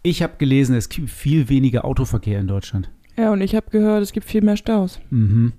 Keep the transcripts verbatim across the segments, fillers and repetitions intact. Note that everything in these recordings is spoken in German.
Ich habe gelesen, es gibt viel weniger Autoverkehr in Deutschland. Ja, und ich habe gehört, es gibt viel mehr Staus. Mhm.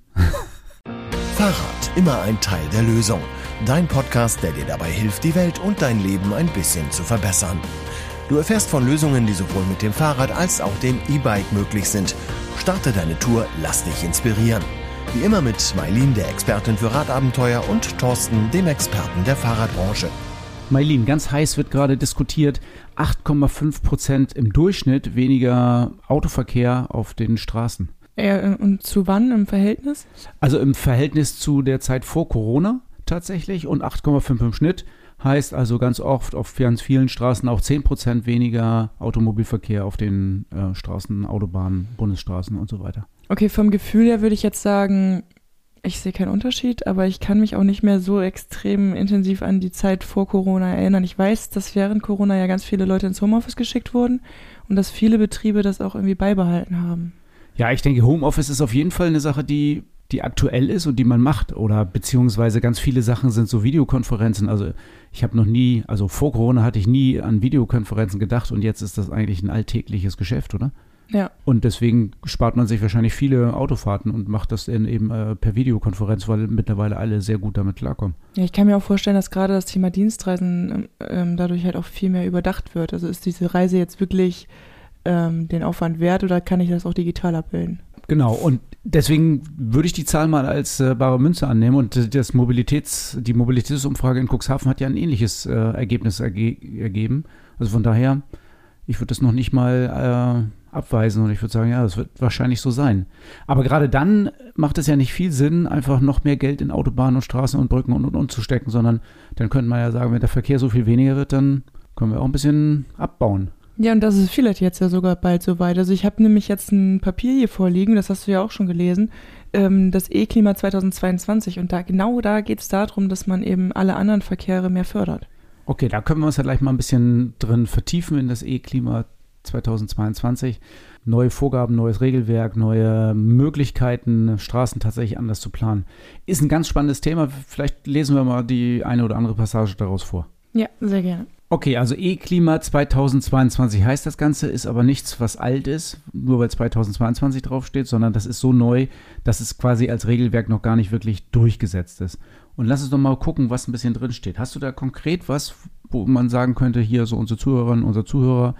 Fahrrad, immer ein Teil der Lösung. Dein Podcast, der dir dabei hilft, die Welt und dein Leben ein bisschen zu verbessern. Du erfährst von Lösungen, die sowohl mit dem Fahrrad als auch dem E-Bike möglich sind. Starte deine Tour, lass dich inspirieren. Wie immer mit Maylin, der Expertin für Radabenteuer, und Thorsten, dem Experten der Fahrradbranche. Maylin, ganz heiß wird gerade diskutiert, acht Komma fünf Prozent im Durchschnitt weniger Autoverkehr auf den Straßen. Ja, und zu wann im Verhältnis? Also im Verhältnis zu der Zeit vor Corona tatsächlich, und acht Komma fünf im Schnitt. Heißt also ganz oft auf ganz vielen Straßen auch zehn Prozent weniger Automobilverkehr auf den äh, Straßen, Autobahnen, Bundesstraßen und so weiter. Okay, vom Gefühl her würde ich jetzt sagen, ich sehe keinen Unterschied, aber ich kann mich auch nicht mehr so extrem intensiv an die Zeit vor Corona erinnern. Ich weiß, dass während Corona ja ganz viele Leute ins Homeoffice geschickt wurden und dass viele Betriebe das auch irgendwie beibehalten haben. Ja, ich denke, Homeoffice ist auf jeden Fall eine Sache, die die aktuell ist und die man macht, oder beziehungsweise ganz viele Sachen sind so Videokonferenzen. Also ich habe noch nie, also vor Corona hatte ich nie an Videokonferenzen gedacht, und jetzt ist das eigentlich ein alltägliches Geschäft, oder? Ja. Und deswegen spart man sich wahrscheinlich viele Autofahrten und macht das in, eben äh, per Videokonferenz, weil mittlerweile alle sehr gut damit klarkommen. Ja, ich kann mir auch vorstellen, dass gerade das Thema Dienstreisen ähm, dadurch halt auch viel mehr überdacht wird. Also ist diese Reise jetzt wirklich ähm, den Aufwand wert, oder kann ich das auch digital abbilden? Genau, und deswegen würde ich die Zahl mal als äh, bare Münze annehmen, und das Mobilitäts, die Mobilitätsumfrage in Cuxhaven hat ja ein ähnliches äh, Ergebnis erge- ergeben. Also von daher, ich würde das noch nicht mal äh, abweisen, und ich würde sagen, ja, das wird wahrscheinlich so sein. Aber gerade dann macht es ja nicht viel Sinn, einfach noch mehr Geld in Autobahnen und Straßen und Brücken und und und zu stecken, sondern dann könnte man ja sagen, wenn der Verkehr so viel weniger wird, dann können wir auch ein bisschen abbauen. Ja, und das ist vielleicht jetzt ja sogar bald soweit. Also ich habe nämlich jetzt ein Papier hier vorliegen, das hast du ja auch schon gelesen, ähm, das E-Klima zweitausendzweiundzwanzig. Und da genau da geht es darum, dass man eben alle anderen Verkehre mehr fördert. Okay, da können wir uns ja gleich mal ein bisschen drin vertiefen in das E-Klima zweitausendzweiundzwanzig. Neue Vorgaben, neues Regelwerk, neue Möglichkeiten, Straßen tatsächlich anders zu planen. Ist ein ganz spannendes Thema. Vielleicht lesen wir mal die eine oder andere Passage daraus vor. Ja, sehr gerne. Okay, also E-Klima zweitausendzweiundzwanzig heißt das Ganze, ist aber nichts, was alt ist, nur weil zweitausendzweiundzwanzig draufsteht, sondern das ist so neu, dass es quasi als Regelwerk noch gar nicht wirklich durchgesetzt ist. Und lass uns doch mal gucken, was ein bisschen drin steht. Hast du da konkret was, wo man sagen könnte, hier so unsere Zuhörerinnen, unser Zuhörer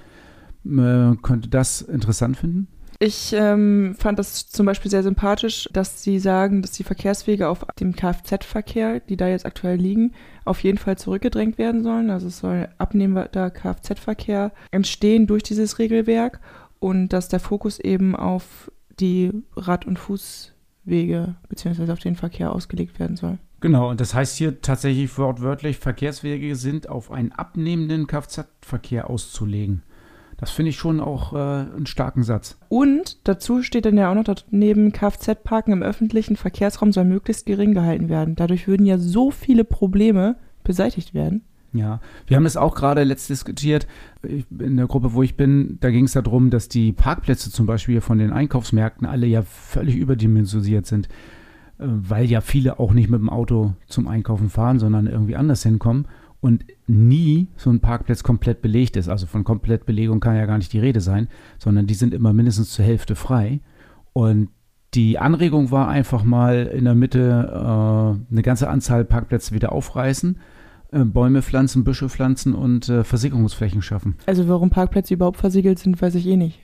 äh, könnte das interessant finden? Ich ähm, fand das zum Beispiel sehr sympathisch, dass sie sagen, dass die Verkehrswege auf dem Kfz-Verkehr, die da jetzt aktuell liegen, auf jeden Fall zurückgedrängt werden sollen. Also es soll abnehmender Kfz-Verkehr entstehen durch dieses Regelwerk, und dass der Fokus eben auf die Rad- und Fußwege bzw. auf den Verkehr ausgelegt werden soll. Genau, und das heißt hier tatsächlich wortwörtlich, Verkehrswege sind auf einen abnehmenden Kfz-Verkehr auszulegen. Das finde ich schon auch äh, einen starken Satz. Und dazu steht dann ja auch noch daneben, Kfz-Parken im öffentlichen Verkehrsraum soll möglichst gering gehalten werden. Dadurch würden ja so viele Probleme beseitigt werden. Ja, wir haben das auch gerade letzt diskutiert. In der Gruppe, wo ich bin, da ging es darum, dass die Parkplätze zum Beispiel von den Einkaufsmärkten alle ja völlig überdimensioniert sind, weil ja viele auch nicht mit dem Auto zum Einkaufen fahren, sondern irgendwie anders hinkommen. Und nie so ein Parkplatz komplett belegt ist. Also von Komplettbelegung kann ja gar nicht die Rede sein, sondern die sind immer mindestens zur Hälfte frei. Und die Anregung war einfach mal in der Mitte äh, eine ganze Anzahl Parkplätze wieder aufreißen, äh, Bäume pflanzen, Büsche pflanzen und äh, Versickerungsflächen schaffen. Also warum Parkplätze überhaupt versiegelt sind, weiß ich eh nicht.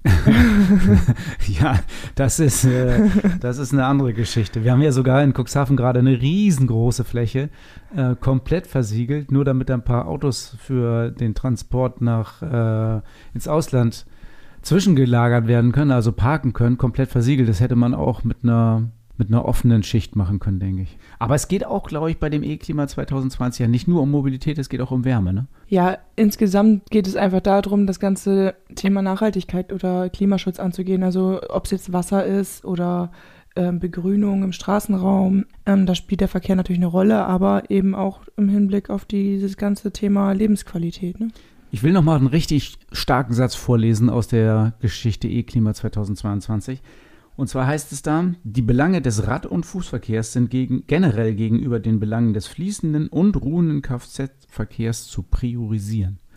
Ja, das ist, äh, das ist eine andere Geschichte. Wir haben ja sogar in Cuxhaven gerade eine riesengroße Fläche äh, komplett versiegelt, nur damit ein paar Autos für den Transport nach äh, ins Ausland zwischengelagert werden können, also parken können, komplett versiegelt. Das hätte man auch mit einer mit einer offenen Schicht machen können, denke ich. Aber es geht auch, glaube ich, bei dem E-Klima zweitausendzwanzig ja nicht nur um Mobilität, es geht auch um Wärme, ne? Ja, insgesamt geht es einfach darum, das ganze Thema Nachhaltigkeit oder Klimaschutz anzugehen. Also ob es jetzt Wasser ist oder ähm, Begrünung im Straßenraum. Ähm, da spielt der Verkehr natürlich eine Rolle, aber eben auch im Hinblick auf dieses ganze Thema Lebensqualität, ne? Ich will nochmal einen richtig starken Satz vorlesen aus der Geschichte E-Klima zweitausendzweiundzwanzig. Und zwar heißt es da, die Belange des Rad- und Fußverkehrs sind gegen, generell gegenüber den Belangen des fließenden und ruhenden Kfz-Verkehrs zu priorisieren.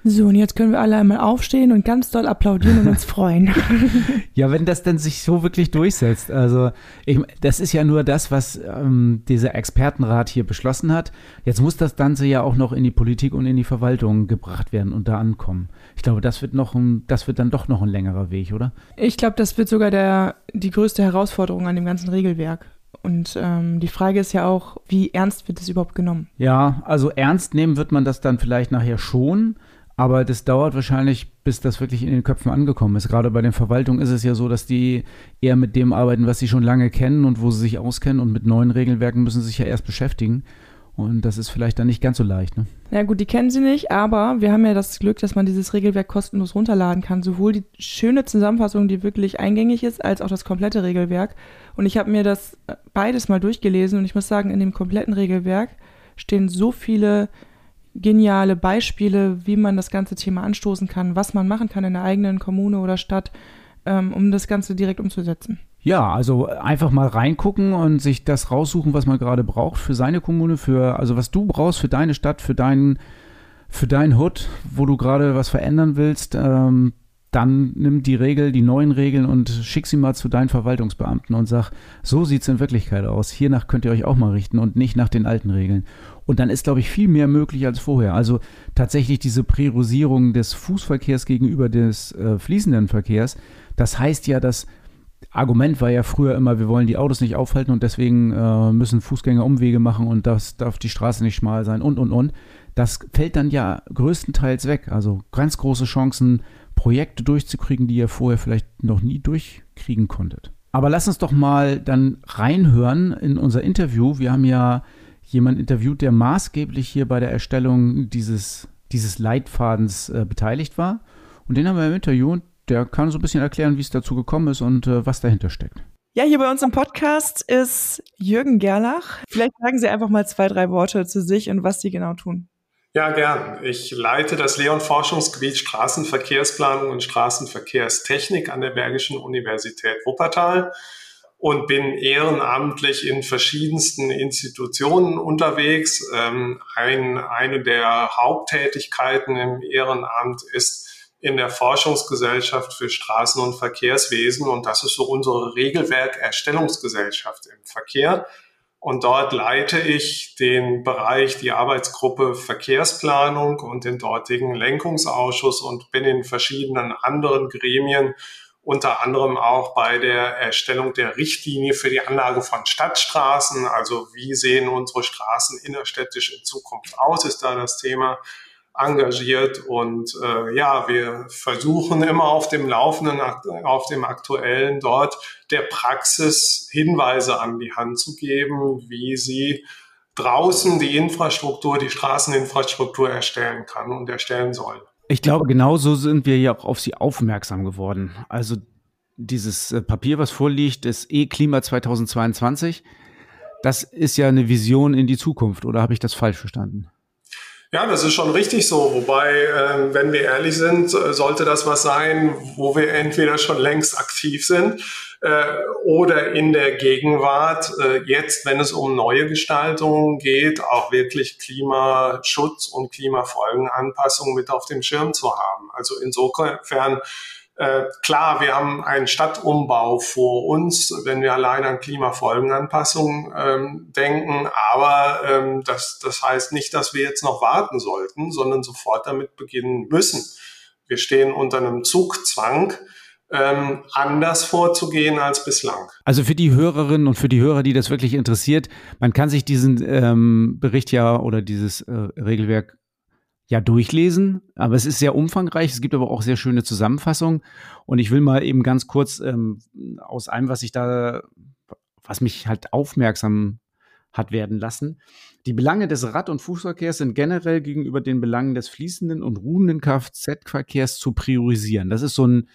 So, und jetzt können wir alle einmal aufstehen und ganz doll applaudieren und uns freuen. Ja, wenn das dann sich so wirklich durchsetzt. Also ich, das ist ja nur das, was ähm, dieser Expertenrat hier beschlossen hat. Jetzt muss das Ganze ja auch noch in die Politik und in die Verwaltung gebracht werden und da ankommen. Ich glaube, das wird noch ein, das wird dann doch noch ein längerer Weg, oder? Ich glaube, das wird sogar der, die größte Herausforderung an dem ganzen Regelwerk. Und ähm, die Frage ist ja auch, wie ernst wird es überhaupt genommen? Ja, also ernst nehmen wird man das dann vielleicht nachher schon. Aber das dauert wahrscheinlich, bis das wirklich in den Köpfen angekommen ist. Gerade bei den Verwaltungen ist es ja so, dass die eher mit dem arbeiten, was sie schon lange kennen und wo sie sich auskennen. Und mit neuen Regelwerken müssen sie sich ja erst beschäftigen. Und das ist vielleicht dann nicht ganz so leicht, ne? Ja gut, die kennen sie nicht, aber wir haben ja das Glück, dass man dieses Regelwerk kostenlos runterladen kann. Sowohl die schöne Zusammenfassung, die wirklich eingängig ist, als auch das komplette Regelwerk. Und ich habe mir das beides mal durchgelesen und ich muss sagen, in dem kompletten Regelwerk stehen so viele geniale Beispiele, wie man das ganze Thema anstoßen kann, was man machen kann in der eigenen Kommune oder Stadt, ähm, um das Ganze direkt umzusetzen. Ja, also einfach mal reingucken und sich das raussuchen, was man gerade braucht für seine Kommune, für also was du brauchst für deine Stadt, für deinen für dein Hood, wo du gerade was verändern willst. Ähm, dann nimm die Regel, die neuen Regeln und schick sie mal zu deinen Verwaltungsbeamten und sag, so sieht's in Wirklichkeit aus. Hiernach könnt ihr euch auch mal richten und nicht nach den alten Regeln. Und dann ist, glaube ich, viel mehr möglich als vorher. Also tatsächlich diese Priorisierung des Fußverkehrs gegenüber des äh, fließenden Verkehrs. Das heißt ja, das Argument war ja früher immer, wir wollen die Autos nicht aufhalten und deswegen äh, müssen Fußgänger Umwege machen und das darf die Straße nicht schmal sein und, und, und. Das fällt dann ja größtenteils weg. Also ganz große Chancen, Projekte durchzukriegen, die ihr vorher vielleicht noch nie durchkriegen konntet. Aber lass uns doch mal dann reinhören in unser Interview. Wir haben ja jemanden interviewt, der maßgeblich hier bei der Erstellung dieses, dieses Leitfadens äh, beteiligt war. Und den haben wir im Interview und der kann so ein bisschen erklären, wie es dazu gekommen ist und äh, was dahinter steckt. Ja, hier bei uns im Podcast ist Jürgen Gerlach. Vielleicht sagen Sie einfach mal zwei, drei Worte zu sich und was Sie genau tun. Ja, gern. Ich leite das Lehr- und Forschungsgebiet Straßenverkehrsplanung und Straßenverkehrstechnik an der Bergischen Universität Wuppertal und bin ehrenamtlich in verschiedensten Institutionen unterwegs. Ähm, ein, eine der Haupttätigkeiten im Ehrenamt ist in der Forschungsgesellschaft für Straßen- und Verkehrswesen und das ist so unsere Regelwerk-Erstellungsgesellschaft im Verkehr. Und dort leite ich den Bereich, die Arbeitsgruppe Verkehrsplanung und den dortigen Lenkungsausschuss und bin in verschiedenen anderen Gremien, unter anderem auch bei der Erstellung der Richtlinie für die Anlage von Stadtstraßen. Also wie sehen unsere Straßen innerstädtisch in Zukunft aus, ist da das Thema, engagiert. Und äh, ja, wir versuchen immer auf dem Laufenden, auf dem Aktuellen dort der Praxis Hinweise an die Hand zu geben, wie sie draußen die Infrastruktur, die Straßeninfrastruktur erstellen kann und erstellen soll. Ich glaube, genauso sind wir ja auch auf Sie aufmerksam geworden. Also dieses äh, Papier, was vorliegt, das E-Klima zweitausendzweiundzwanzig, das ist ja eine Vision in die Zukunft, oder habe ich das falsch verstanden? Ja, das ist schon richtig so. Wobei, äh, wenn wir ehrlich sind, sollte das was sein, wo wir entweder schon längst aktiv sind äh, oder in der Gegenwart, äh, jetzt, wenn es um neue Gestaltungen geht, auch wirklich Klimaschutz und Klimafolgenanpassung mit auf dem Schirm zu haben. Also insofern, Äh, klar, wir haben einen Stadtumbau vor uns, wenn wir allein an Klimafolgenanpassung ähm, denken, aber ähm, das, das heißt nicht, dass wir jetzt noch warten sollten, sondern sofort damit beginnen müssen. Wir stehen unter einem Zugzwang, ähm, anders vorzugehen als bislang. Also für die Hörerinnen und für die Hörer, die das wirklich interessiert, man kann sich diesen ähm, Bericht ja oder dieses äh, Regelwerk ja durchlesen, aber es ist sehr umfangreich, es gibt aber auch sehr schöne Zusammenfassungen und ich will mal eben ganz kurz ähm, aus einem, was ich da, was mich halt aufmerksam hat werden lassen. Die Belange des Rad- und Fußverkehrs sind generell gegenüber den Belangen des fließenden und ruhenden Kfz-Verkehrs zu priorisieren. Das ist so ein,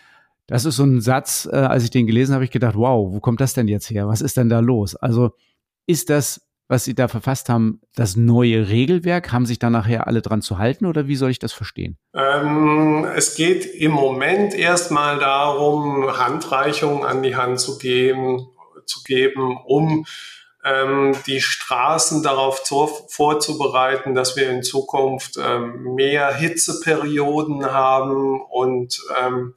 das ist so ein Satz, äh, als ich den gelesen habe, habe ich gedacht, wow, wo kommt das denn jetzt her? Was ist denn da los? Also ist das, was Sie da verfasst haben, das neue Regelwerk? Haben sich da nachher alle dran zu halten oder wie soll ich das verstehen? Ähm, es geht im Moment erstmal darum, Handreichungen an die Hand zu geben, zu geben, um ähm, die Straßen darauf zu, vorzubereiten, dass wir in Zukunft ähm, mehr Hitzeperioden haben und ähm,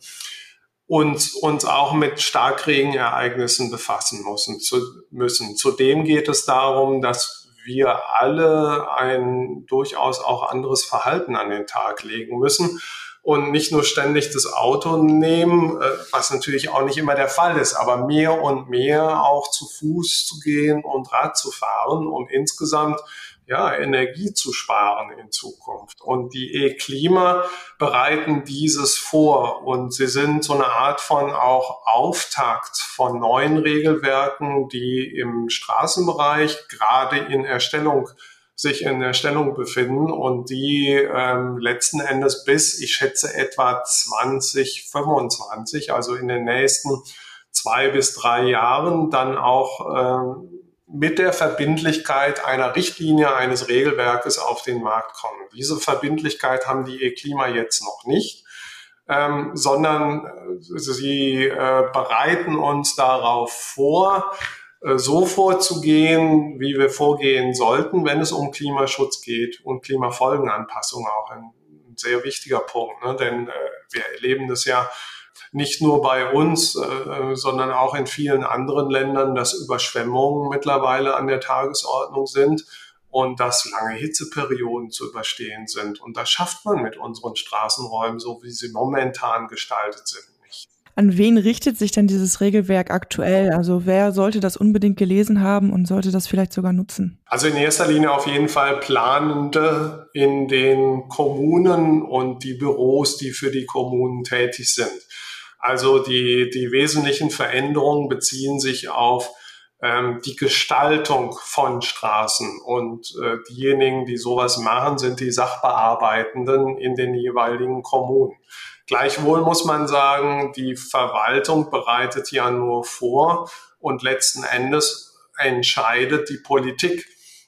und uns auch mit Starkregenereignissen befassen müssen. Zu, müssen. Zudem geht es darum, dass wir alle ein durchaus auch anderes Verhalten an den Tag legen müssen und nicht nur ständig das Auto nehmen, was natürlich auch nicht immer der Fall ist, aber mehr und mehr auch zu Fuß zu gehen und Rad zu fahren, um insgesamt ja, Energie zu sparen in Zukunft. Und die E-Klima bereiten dieses vor und sie sind so eine Art von auch Auftakt von neuen Regelwerken, die im Straßenbereich gerade in Erstellung sich in Erstellung befinden und die ähm, letzten Endes bis, ich schätze, etwa zwanzig fünfundzwanzig, also in den nächsten zwei bis drei Jahren dann auch ähm, mit der Verbindlichkeit einer Richtlinie, eines Regelwerkes auf den Markt kommen. Diese Verbindlichkeit haben die E-Klima jetzt noch nicht, ähm, sondern äh, sie äh, bereiten uns darauf vor, äh, so vorzugehen, wie wir vorgehen sollten, wenn es um Klimaschutz geht und Klimafolgenanpassung, auch ein sehr wichtiger Punkt, ne? Denn äh, wir erleben das ja nicht nur bei uns, äh, sondern auch in vielen anderen Ländern, dass Überschwemmungen mittlerweile an der Tagesordnung sind und dass lange Hitzeperioden zu überstehen sind. Und das schafft man mit unseren Straßenräumen, so wie sie momentan gestaltet sind, nicht. An wen richtet sich denn dieses Regelwerk aktuell? Also wer sollte das unbedingt gelesen haben und sollte das vielleicht sogar nutzen? Also in erster Linie auf jeden Fall Planende in den Kommunen und die Büros, die für die Kommunen tätig sind. Also die, die wesentlichen Veränderungen beziehen sich auf ähm, die Gestaltung von Straßen und äh, diejenigen, die sowas machen, sind die Sachbearbeitenden in den jeweiligen Kommunen. Gleichwohl muss man sagen, die Verwaltung bereitet ja nur vor und letzten Endes entscheidet die Politik.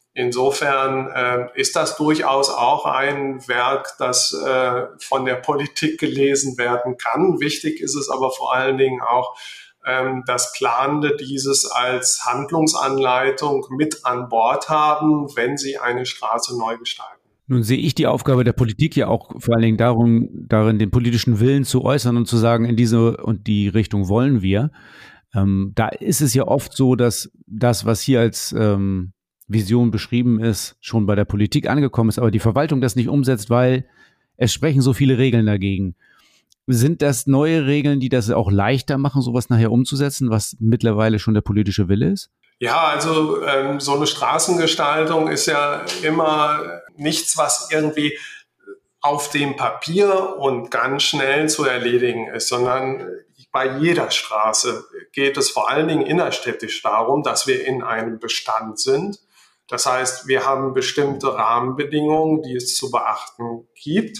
Insofern äh, ist das durchaus auch ein Werk, das äh, von der Politik gelesen werden kann. Wichtig ist es aber vor allen Dingen auch, ähm, dass Planende dieses als Handlungsanleitung mit an Bord haben, wenn sie eine Straße neu gestalten. Nun sehe ich die Aufgabe der Politik ja auch vor allen Dingen darum, darin den politischen Willen zu äußern und zu sagen, in diese und die Richtung wollen wir. Ähm, da ist es ja oft so, dass das, was hier als ähm, Vision beschrieben ist, schon bei der Politik angekommen ist, aber die Verwaltung das nicht umsetzt, weil es sprechen so viele Regeln dagegen. Sind das neue Regeln, die das auch leichter machen, sowas nachher umzusetzen, was mittlerweile schon der politische Wille ist? Ja, also ähm, so eine Straßengestaltung ist ja immer nichts, was irgendwie auf dem Papier und ganz schnell zu erledigen ist, sondern bei jeder Straße geht es vor allen Dingen innerstädtisch darum, dass wir in einem Bestand sind. Das heißt, wir haben bestimmte Rahmenbedingungen, die es zu beachten gibt.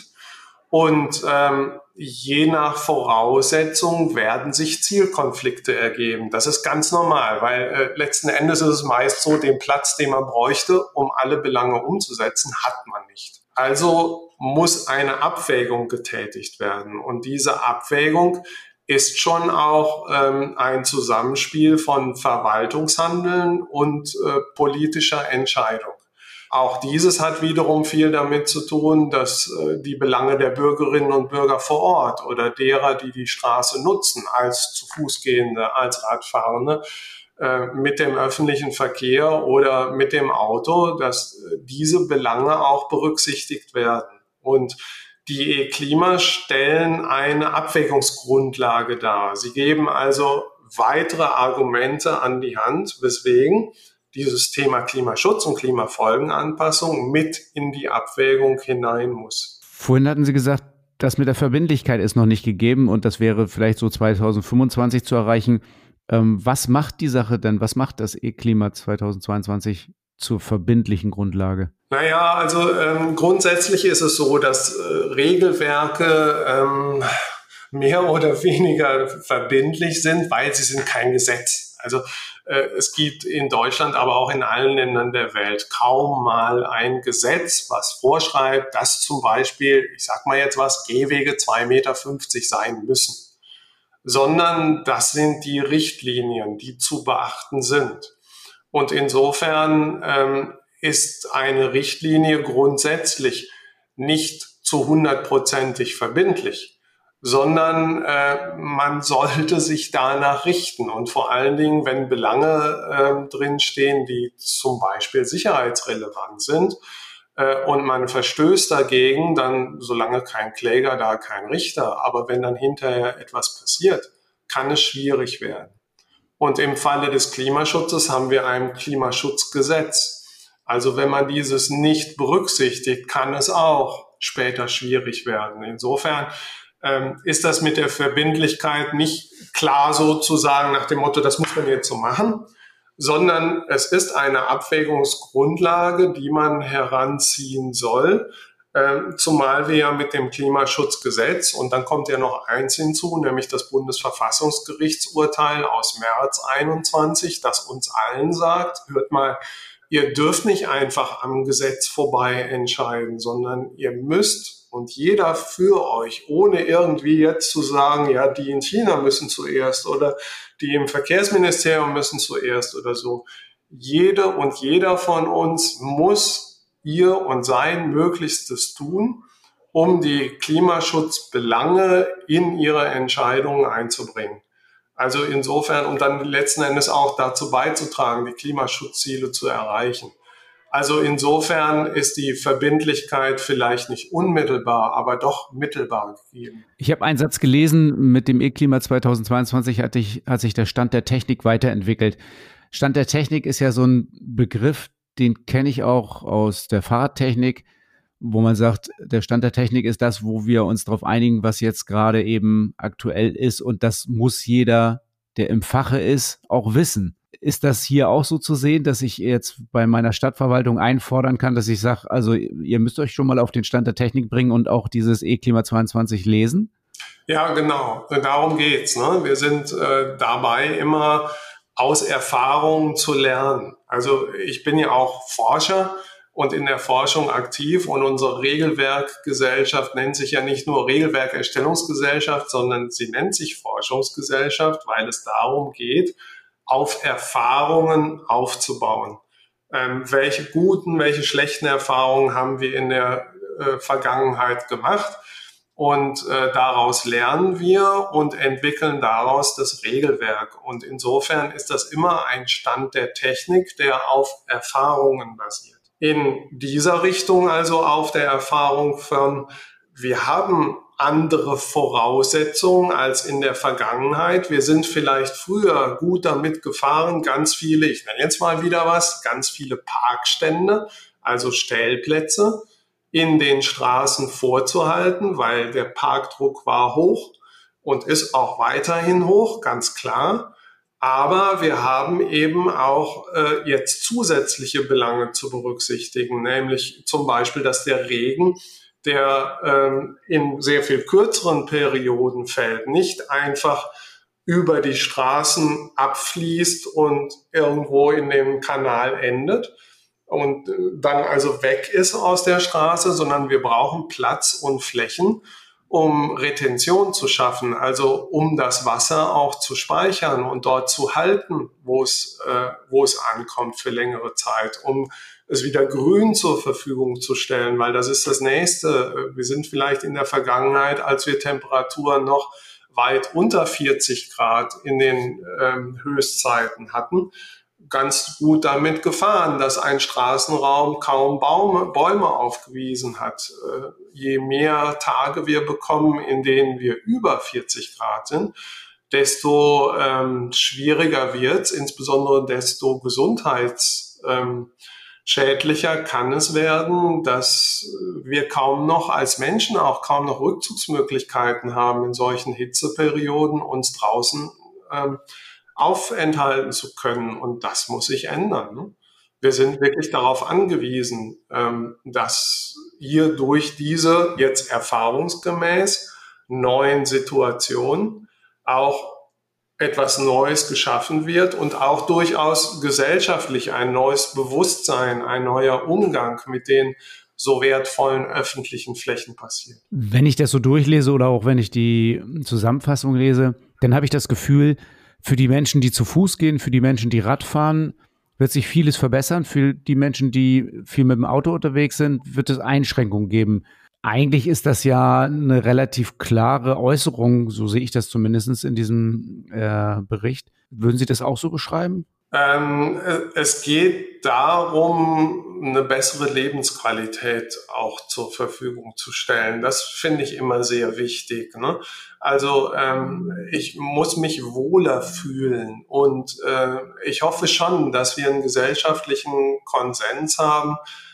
Und ähm, je nach Voraussetzung werden sich Zielkonflikte ergeben. Das ist ganz normal, weil äh, letzten Endes ist es meist so, den Platz, den man bräuchte, um alle Belange umzusetzen, hat man nicht. Also muss eine Abwägung getätigt werden. Und diese Abwägung ist schon auch ähm, ein Zusammenspiel von Verwaltungshandeln und äh, politischer Entscheidung. Auch dieses hat wiederum viel damit zu tun, dass äh, die Belange der Bürgerinnen und Bürger vor Ort oder derer, die die Straße nutzen, als zu Fußgehende, als Radfahrende, äh, mit dem öffentlichen Verkehr oder mit dem Auto, dass äh, diese Belange auch berücksichtigt werden. Und die E-Klima stellen eine Abwägungsgrundlage dar. Sie geben also weitere Argumente an die Hand, weswegen dieses Thema Klimaschutz und Klimafolgenanpassung mit in die Abwägung hinein muss. Vorhin hatten Sie gesagt, das mit der Verbindlichkeit ist noch nicht gegeben und das wäre vielleicht so zweitausendfünfundzwanzig zu erreichen. Ähm, was macht die Sache denn, was macht das E-Klima zweitausendzweiundzwanzig zur verbindlichen Grundlage? Naja, also ähm, grundsätzlich ist es so, dass äh, Regelwerke ähm, mehr oder weniger verbindlich sind, weil sie sind kein Gesetz. Also äh, es gibt in Deutschland, aber auch in allen Ländern der Welt kaum mal ein Gesetz, was vorschreibt, dass zum Beispiel, ich sag mal jetzt was, Gehwege zwei Meter fünfzig sein müssen, sondern das sind die Richtlinien, die zu beachten sind. Und insofern ähm, ist eine Richtlinie grundsätzlich nicht zu hundertprozentig verbindlich, sondern äh, man sollte sich danach richten. Und vor allen Dingen, wenn Belange äh, drinstehen, die zum Beispiel sicherheitsrelevant sind, äh, und man verstößt dagegen, dann solange kein Kläger da, kein Richter. Aber wenn dann hinterher etwas passiert, kann es schwierig werden. Und im Falle des Klimaschutzes haben wir ein Klimaschutzgesetz. Also wenn man dieses nicht berücksichtigt, kann es auch später schwierig werden. Insofern ähm, ist das mit der Verbindlichkeit nicht klar sozusagen nach dem Motto, das muss man jetzt so machen, sondern es ist eine Abwägungsgrundlage, die man heranziehen soll, ähm, zumal wir ja mit dem Klimaschutzgesetz, und dann kommt ja noch eins hinzu, nämlich das Bundesverfassungsgerichtsurteil aus März einundzwanzig, das uns allen sagt, hört mal, ihr dürft nicht einfach am Gesetz vorbei entscheiden, sondern ihr müsst und jeder für euch, ohne irgendwie jetzt zu sagen, ja, die in China müssen zuerst oder die im Verkehrsministerium müssen zuerst oder so. Jede und jeder von uns muss ihr und sein Möglichstes tun, um die Klimaschutzbelange in ihre Entscheidungen einzubringen. Also insofern, und dann letzten Endes auch dazu beizutragen, die Klimaschutzziele zu erreichen. Also insofern ist die Verbindlichkeit vielleicht nicht unmittelbar, aber doch mittelbar gegeben. Ich habe einen Satz gelesen, mit dem E-Klima zweitausendzweiundzwanzig hat, ich, hat sich der Stand der Technik weiterentwickelt. Stand der Technik ist ja so ein Begriff, den kenne ich auch aus der Fahrradtechnik, wo man sagt, der Stand der Technik ist das, wo wir uns darauf einigen, was jetzt gerade eben aktuell ist. Und das muss jeder, der im Fache ist, auch wissen. Ist das hier auch so zu sehen, dass ich jetzt bei meiner Stadtverwaltung einfordern kann, dass ich sage, also ihr müsst euch schon mal auf den Stand der Technik bringen und auch dieses E-Klima zweiundzwanzig lesen? Ja, genau. Darum geht's. Ne? Wir sind äh, dabei, immer aus Erfahrungen zu lernen. Also ich bin ja auch Forscher und in der Forschung aktiv, und unsere Regelwerkgesellschaft nennt sich ja nicht nur Regelwerkerstellungsgesellschaft, sondern sie nennt sich Forschungsgesellschaft, weil es darum geht, auf Erfahrungen aufzubauen. Ähm, welche guten, welche schlechten Erfahrungen haben wir in der äh, Vergangenheit gemacht? Und äh, daraus lernen wir und entwickeln daraus das Regelwerk. Und insofern ist das immer ein Stand der Technik, der auf Erfahrungen basiert. In dieser Richtung also auf der Erfahrung von, wir haben andere Voraussetzungen als in der Vergangenheit. Wir sind vielleicht früher gut damit gefahren, ganz viele, ich nenne jetzt mal wieder was, ganz viele Parkstände, also Stellplätze, in den Straßen vorzuhalten, weil der Parkdruck war hoch und ist auch weiterhin hoch, ganz klar. Aber wir haben eben auch äh, jetzt zusätzliche Belange zu berücksichtigen, nämlich zum Beispiel, dass der Regen, der ähm, in sehr viel kürzeren Perioden fällt, nicht einfach über die Straßen abfließt und irgendwo in dem Kanal endet und dann also weg ist aus der Straße, sondern wir brauchen Platz und Flächen, um Retention zu schaffen, also um das Wasser auch zu speichern und dort zu halten, wo es, äh, wo es ankommt für längere Zeit, um es wieder grün zur Verfügung zu stellen, weil das ist das Nächste. Wir sind vielleicht in der Vergangenheit, als wir Temperaturen noch weit unter vierzig Grad in den ähm, Höchstzeiten hatten, ganz gut damit gefahren, dass ein Straßenraum kaum Baume, Bäume aufgewiesen hat. Äh, je mehr Tage wir bekommen, in denen wir über vierzig Grad sind, desto ähm, schwieriger wird's, insbesondere desto gesundheits ähm, schädlicher kann es werden, dass wir kaum noch als Menschen auch kaum noch Rückzugsmöglichkeiten haben, in solchen Hitzeperioden uns draußen ähm, aufenthalten zu können. Und das muss sich ändern. Ne? Wir sind wirklich darauf angewiesen, ähm, dass hier durch diese jetzt erfahrungsgemäß neuen Situationen auch etwas Neues geschaffen wird und auch durchaus gesellschaftlich ein neues Bewusstsein, ein neuer Umgang mit den so wertvollen öffentlichen Flächen passiert. Wenn ich das so durchlese oder auch wenn ich die Zusammenfassung lese, dann habe ich das Gefühl, für die Menschen, die zu Fuß gehen, für die Menschen, die Rad fahren, wird sich vieles verbessern. Für die Menschen, die viel mit dem Auto unterwegs sind, wird es Einschränkungen geben. Eigentlich ist das ja eine relativ klare Äußerung, so sehe ich das zumindest in diesem äh, Bericht. Würden Sie das auch so beschreiben? Ähm, es geht darum, eine bessere Lebensqualität auch zur Verfügung zu stellen. Das finde ich immer sehr wichtig, ne? Also ähm, ich muss mich wohler fühlen und äh, ich hoffe schon, dass wir einen gesellschaftlichen Konsens haben,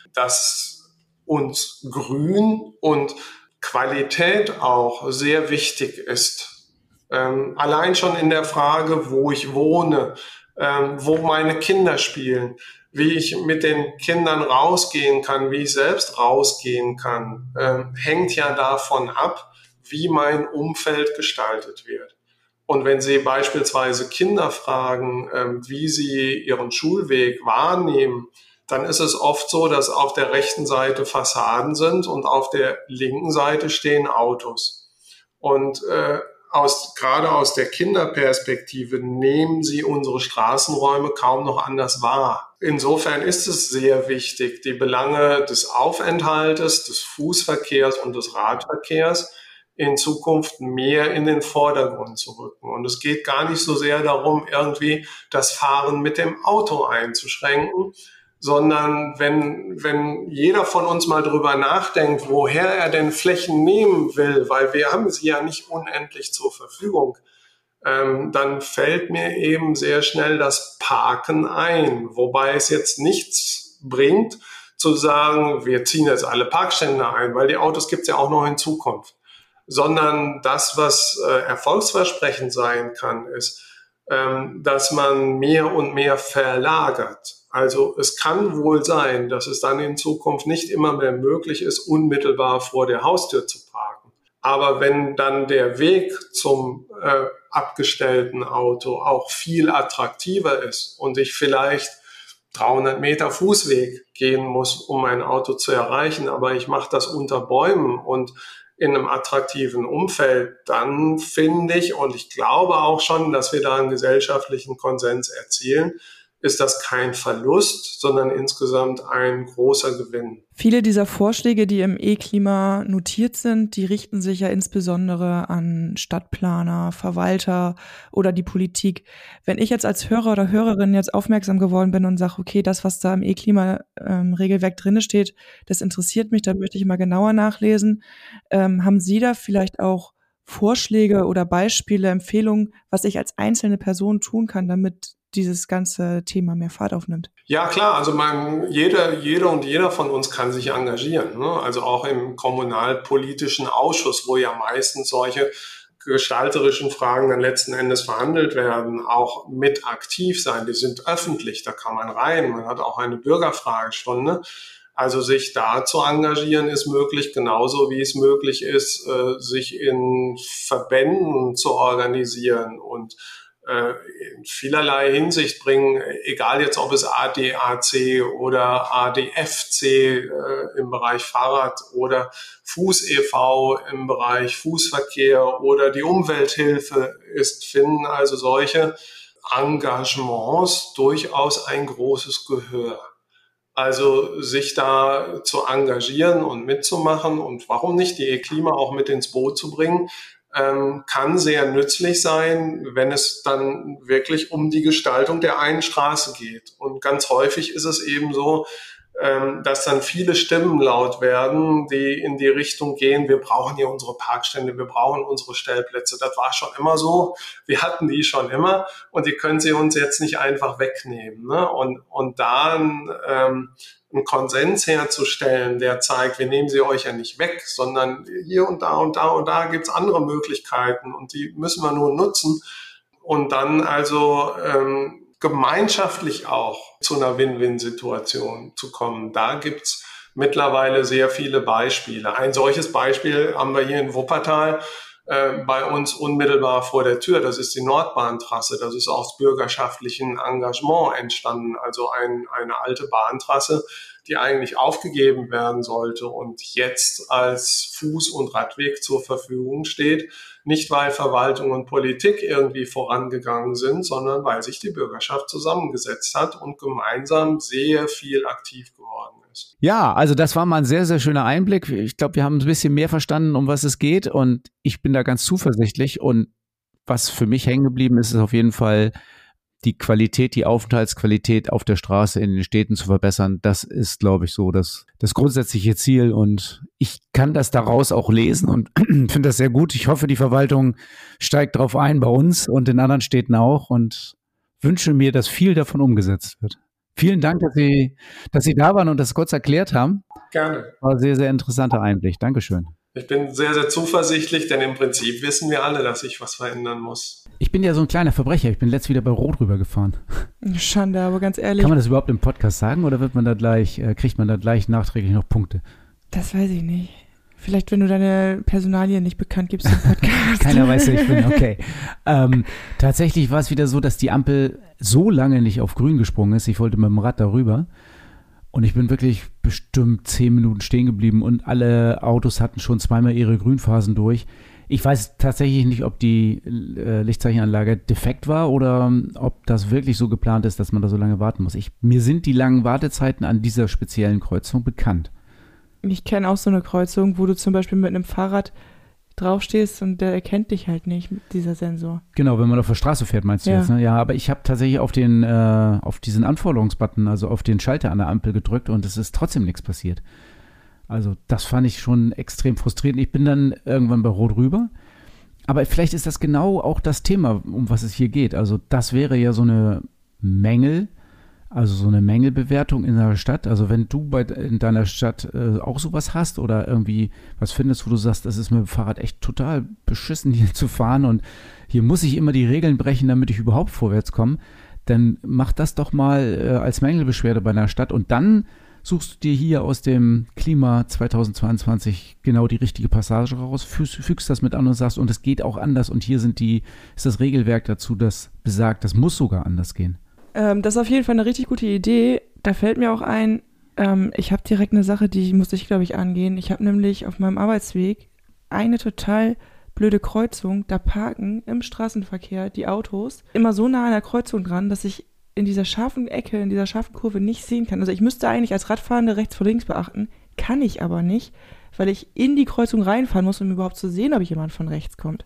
dass uns Grün und Qualität auch sehr wichtig ist. Ähm, allein schon in der Frage, wo ich wohne, Ähm, wo meine Kinder spielen, wie ich mit den Kindern rausgehen kann, wie ich selbst rausgehen kann, ähm, hängt ja davon ab, wie mein Umfeld gestaltet wird. Und wenn Sie beispielsweise Kinder fragen, ähm, wie sie ihren Schulweg wahrnehmen, dann ist es oft so, dass auf der rechten Seite Fassaden sind und auf der linken Seite stehen Autos. Und äh, Aus, gerade aus der Kinderperspektive nehmen sie unsere Straßenräume kaum noch anders wahr. Insofern ist es sehr wichtig, die Belange des Aufenthaltes, des Fußverkehrs und des Radverkehrs in Zukunft mehr in den Vordergrund zu rücken. Und es geht gar nicht so sehr darum, irgendwie das Fahren mit dem Auto einzuschränken, sondern wenn, wenn jeder von uns mal drüber nachdenkt, woher er denn Flächen nehmen will, weil wir haben sie ja nicht unendlich zur Verfügung, ähm, dann fällt mir eben sehr schnell das Parken ein. Wobei es jetzt nichts bringt, zu sagen, wir ziehen jetzt alle Parkstände ein, weil die Autos gibt es ja auch noch in Zukunft. Sondern das, was äh, erfolgsversprechend sein kann, ist, ähm, dass man mehr und mehr verlagert. Also es kann wohl sein, dass es dann in Zukunft nicht immer mehr möglich ist, unmittelbar vor der Haustür zu parken. Aber wenn dann der Weg zum äh, abgestellten Auto auch viel attraktiver ist und ich vielleicht dreihundert Meter Fußweg gehen muss, um mein Auto zu erreichen, aber ich mache das unter Bäumen und in einem attraktiven Umfeld, dann finde ich, und ich glaube auch schon, dass wir da einen gesellschaftlichen Konsens erzielen, ist das kein Verlust, sondern insgesamt ein großer Gewinn. Viele dieser Vorschläge, die im E-Klima notiert sind, die richten sich ja insbesondere an Stadtplaner, Verwalter oder die Politik. Wenn ich jetzt als Hörer oder Hörerin jetzt aufmerksam geworden bin und sage, okay, das, was da im E-Klima-Regelwerk ähm, drin steht, das interessiert mich, da möchte ich mal genauer nachlesen. Ähm, haben Sie da vielleicht auch Vorschläge oder Beispiele, Empfehlungen, was ich als einzelne Person tun kann, damit dieses ganze Thema mehr Fahrt aufnimmt? Ja, klar, also man, jeder, jeder und jeder von uns kann sich engagieren, ne? Also auch im kommunalpolitischen Ausschuss, wo ja meistens solche gestalterischen Fragen dann letzten Endes verhandelt werden, auch mit aktiv sein. Die sind öffentlich, da kann man rein, man hat auch eine Bürgerfragestunde. Also sich da zu engagieren ist möglich, genauso wie es möglich ist, sich in Verbänden zu organisieren und in vielerlei Hinsicht bringen, egal jetzt, ob es A D A C oder A D F C äh, im Bereich Fahrrad oder Fuß e V im Bereich Fußverkehr oder die Umwelthilfe ist, finden also solche Engagements durchaus ein großes Gehör. Also sich da zu engagieren und mitzumachen und warum nicht die E-Klima auch mit ins Boot zu bringen, kann sehr nützlich sein, wenn es dann wirklich um die Gestaltung der einen Straße geht. Und ganz häufig ist es eben so, dass dann viele Stimmen laut werden, die in die Richtung gehen, wir brauchen hier unsere Parkstände, wir brauchen unsere Stellplätze. Das war schon immer so, wir hatten die schon immer und die können sie uns jetzt nicht einfach wegnehmen, ne? Und, und da ähm, einen Konsens herzustellen, der zeigt, wir nehmen sie euch ja nicht weg, sondern hier und da und da und da gibt's andere Möglichkeiten und die müssen wir nur nutzen und dann also ähm, gemeinschaftlich auch zu einer Win-Win-Situation zu kommen. Da gibt's mittlerweile sehr viele Beispiele. Ein solches Beispiel haben wir hier in Wuppertal äh, bei uns unmittelbar vor der Tür. Das ist die Nordbahntrasse. Das ist aus bürgerschaftlichem Engagement entstanden. Also ein, eine alte Bahntrasse, die eigentlich aufgegeben werden sollte und jetzt als Fuß- und Radweg zur Verfügung steht. Nicht, weil Verwaltung und Politik irgendwie vorangegangen sind, sondern weil sich die Bürgerschaft zusammengesetzt hat und gemeinsam sehr viel aktiv geworden ist. Ja, also das war mal ein sehr, sehr schöner Einblick. Ich glaube, wir haben ein bisschen mehr verstanden, um was es geht und ich bin da ganz zuversichtlich und was für mich hängen geblieben ist, ist auf jeden Fall die Qualität, die Aufenthaltsqualität auf der Straße in den Städten zu verbessern. Das ist, glaube ich, so das, das grundsätzliche Ziel und ich kann das daraus auch lesen und finde das sehr gut. Ich hoffe, die Verwaltung steigt drauf ein bei uns und in anderen Städten auch und wünsche mir, dass viel davon umgesetzt wird. Vielen Dank, dass Sie, dass Sie da waren und das kurz erklärt haben. Gerne. War ein sehr, sehr interessanter Einblick. Dankeschön. Ich bin sehr, sehr zuversichtlich, denn im Prinzip wissen wir alle, dass sich was verändern muss. Ich bin ja so ein kleiner Verbrecher. Ich bin letzt wieder bei Rot rübergefahren. Schande, aber ganz ehrlich. Kann man das überhaupt im Podcast sagen oder wird man da gleich, äh, kriegt man da gleich nachträglich noch Punkte? Das weiß ich nicht. Vielleicht, wenn du deine Personalien nicht bekannt gibst im Podcast. Keiner weiß, wer ich bin, okay. Ähm, tatsächlich war es wieder so, dass die Ampel so lange nicht auf grün gesprungen ist. Ich wollte mit dem Rad darüber. Und ich bin wirklich bestimmt zehn Minuten stehen geblieben und alle Autos hatten schon zweimal ihre Grünphasen durch. Ich weiß tatsächlich nicht, ob die äh, Lichtzeichenanlage defekt war oder um, ob das wirklich so geplant ist, dass man da so lange warten muss. Ich, mir sind die langen Wartezeiten an dieser speziellen Kreuzung bekannt. Ich kenne auch so eine Kreuzung, wo du zum Beispiel mit einem Fahrrad draufstehst und der erkennt dich halt nicht mit dieser Sensor. Genau, wenn man auf der Straße fährt, meinst du ja. jetzt, ne? Ja, aber ich habe tatsächlich auf den äh, auf diesen Anforderungsbutton, also auf den Schalter an der Ampel gedrückt und es ist trotzdem nichts passiert. Also das fand ich schon extrem frustrierend. Ich bin dann irgendwann bei Rot rüber, aber vielleicht ist das genau auch das Thema, um was es hier geht. Also das wäre ja so eine Mängel, also so eine Mängelbewertung in der Stadt. Also wenn du bei, in deiner Stadt äh, auch sowas hast oder irgendwie was findest, wo du sagst, das ist mit dem Fahrrad echt total beschissen hier zu fahren und hier muss ich immer die Regeln brechen, damit ich überhaupt vorwärts komme, dann mach das doch mal äh, als Mängelbeschwerde bei einer Stadt und dann suchst du dir hier aus dem Klima zweitausendzweiundzwanzig genau die richtige Passage raus, fügst, fügst das mit an und sagst, und es geht auch anders und hier sind die, ist das Regelwerk dazu, das besagt, das muss sogar anders gehen. Ähm, das ist auf jeden Fall eine richtig gute Idee. Da fällt mir auch ein, ähm, ich habe direkt eine Sache, die muss ich, glaube ich, angehen. Ich habe nämlich auf meinem Arbeitsweg eine total blöde Kreuzung. Da parken im Straßenverkehr die Autos immer so nah an der Kreuzung dran, dass ich in dieser scharfen Ecke, in dieser scharfen Kurve nicht sehen kann. Also ich müsste eigentlich als Radfahrende rechts vor links beachten, kann ich aber nicht, weil ich in die Kreuzung reinfahren muss, um überhaupt zu sehen, ob jemand von rechts kommt.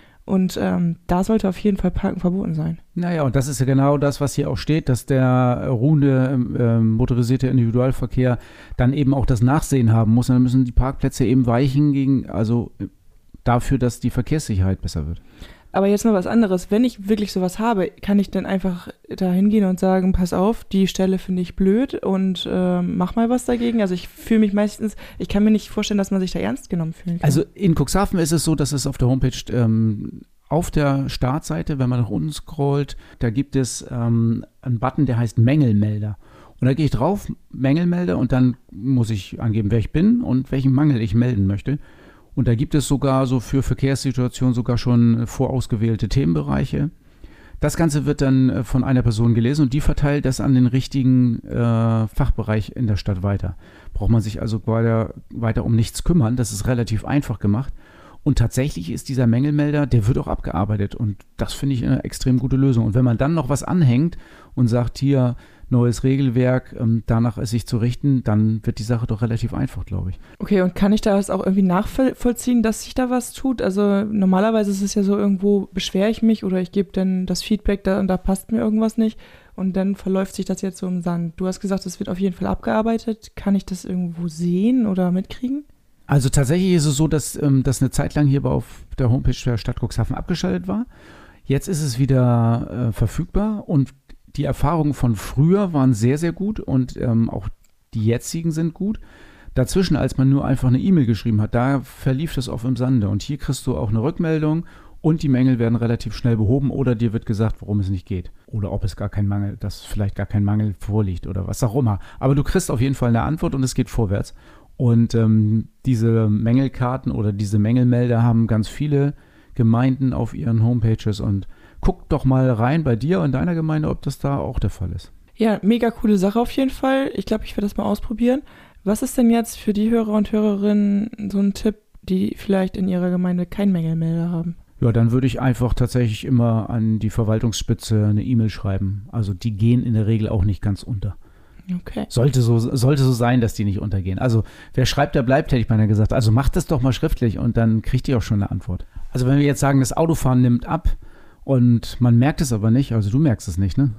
Und ähm, da sollte auf jeden Fall Parken verboten sein. Naja, und das ist ja genau das, was hier auch steht, dass der ruhende äh, motorisierte Individualverkehr dann eben auch das Nachsehen haben muss. Und dann müssen die Parkplätze eben weichen gegen, also dafür, dass die Verkehrssicherheit besser wird. Aber jetzt mal was anderes. Wenn ich wirklich sowas habe, kann ich dann einfach da hingehen und sagen, pass auf, die Stelle finde ich blöd und äh, mach mal was dagegen. Also ich fühle mich meistens, ich kann mir nicht vorstellen, dass man sich da ernst genommen fühlen kann. Also in Cuxhaven ist es so, dass es auf der Homepage ähm, auf der Startseite, wenn man nach unten scrollt, da gibt es ähm, einen Button, der heißt Mängelmelder. Und da gehe ich drauf, Mängelmelder, und dann muss ich angeben, wer ich bin und welchen Mangel ich melden möchte. Und da gibt es sogar so für Verkehrssituationen sogar schon vorausgewählte Themenbereiche. Das Ganze wird dann von einer Person gelesen und die verteilt das an den richtigen äh, Fachbereich in der Stadt weiter. Braucht man sich also weiter, weiter um nichts kümmern. Das ist relativ einfach gemacht. Und tatsächlich ist dieser Mängelmelder, der wird auch abgearbeitet. Und das finde ich eine extrem gute Lösung. Und wenn man dann noch was anhängt und sagt, hier, neues Regelwerk, ähm, danach es sich zu richten, dann wird die Sache doch relativ einfach, glaube ich. Okay, und kann ich das auch irgendwie nachvollziehen, dass sich da was tut? Also normalerweise ist es ja so, irgendwo beschwere ich mich oder ich gebe dann das Feedback, da und da passt mir irgendwas nicht und dann verläuft sich das jetzt so im Sand. Du hast gesagt, es wird auf jeden Fall abgearbeitet. Kann ich das irgendwo sehen oder mitkriegen? Also tatsächlich ist es so, dass ähm, das eine Zeit lang hier auf der Homepage der Stadt Cuxhaven abgeschaltet war. Jetzt ist es wieder äh, verfügbar und die Erfahrungen von früher waren sehr, sehr gut und ähm, auch die jetzigen sind gut. Dazwischen, als man nur einfach eine E-Mail geschrieben hat, da verlief das oft im Sande. Und hier kriegst du auch eine Rückmeldung und die Mängel werden relativ schnell behoben oder dir wird gesagt, warum es nicht geht. Oder ob es gar kein Mangel, dass vielleicht gar kein Mangel vorliegt oder was auch immer. Aber du kriegst auf jeden Fall eine Antwort und es geht vorwärts. Und ähm, diese Mängelkarten oder diese Mängelmelder haben ganz viele Gemeinden auf ihren Homepages und guck doch mal rein bei dir und deiner Gemeinde, ob das da auch der Fall ist. Ja, mega coole Sache auf jeden Fall. Ich glaube, ich werde das mal ausprobieren. Was ist denn jetzt für die Hörer und Hörerinnen so ein Tipp, die vielleicht in ihrer Gemeinde keinen Mängelmelder haben? Ja, dann würde ich einfach tatsächlich immer an die Verwaltungsspitze eine E-Mail schreiben. Also die gehen in der Regel auch nicht ganz unter. Okay. Sollte so, sollte so sein, dass die nicht untergehen. Also wer schreibt, der bleibt, hätte ich beinahe gesagt. Also macht das doch mal schriftlich und dann kriegt ihr auch schon eine Antwort. Also wenn wir jetzt sagen, das Autofahren nimmt ab und man merkt es aber nicht, also du merkst es nicht, ne?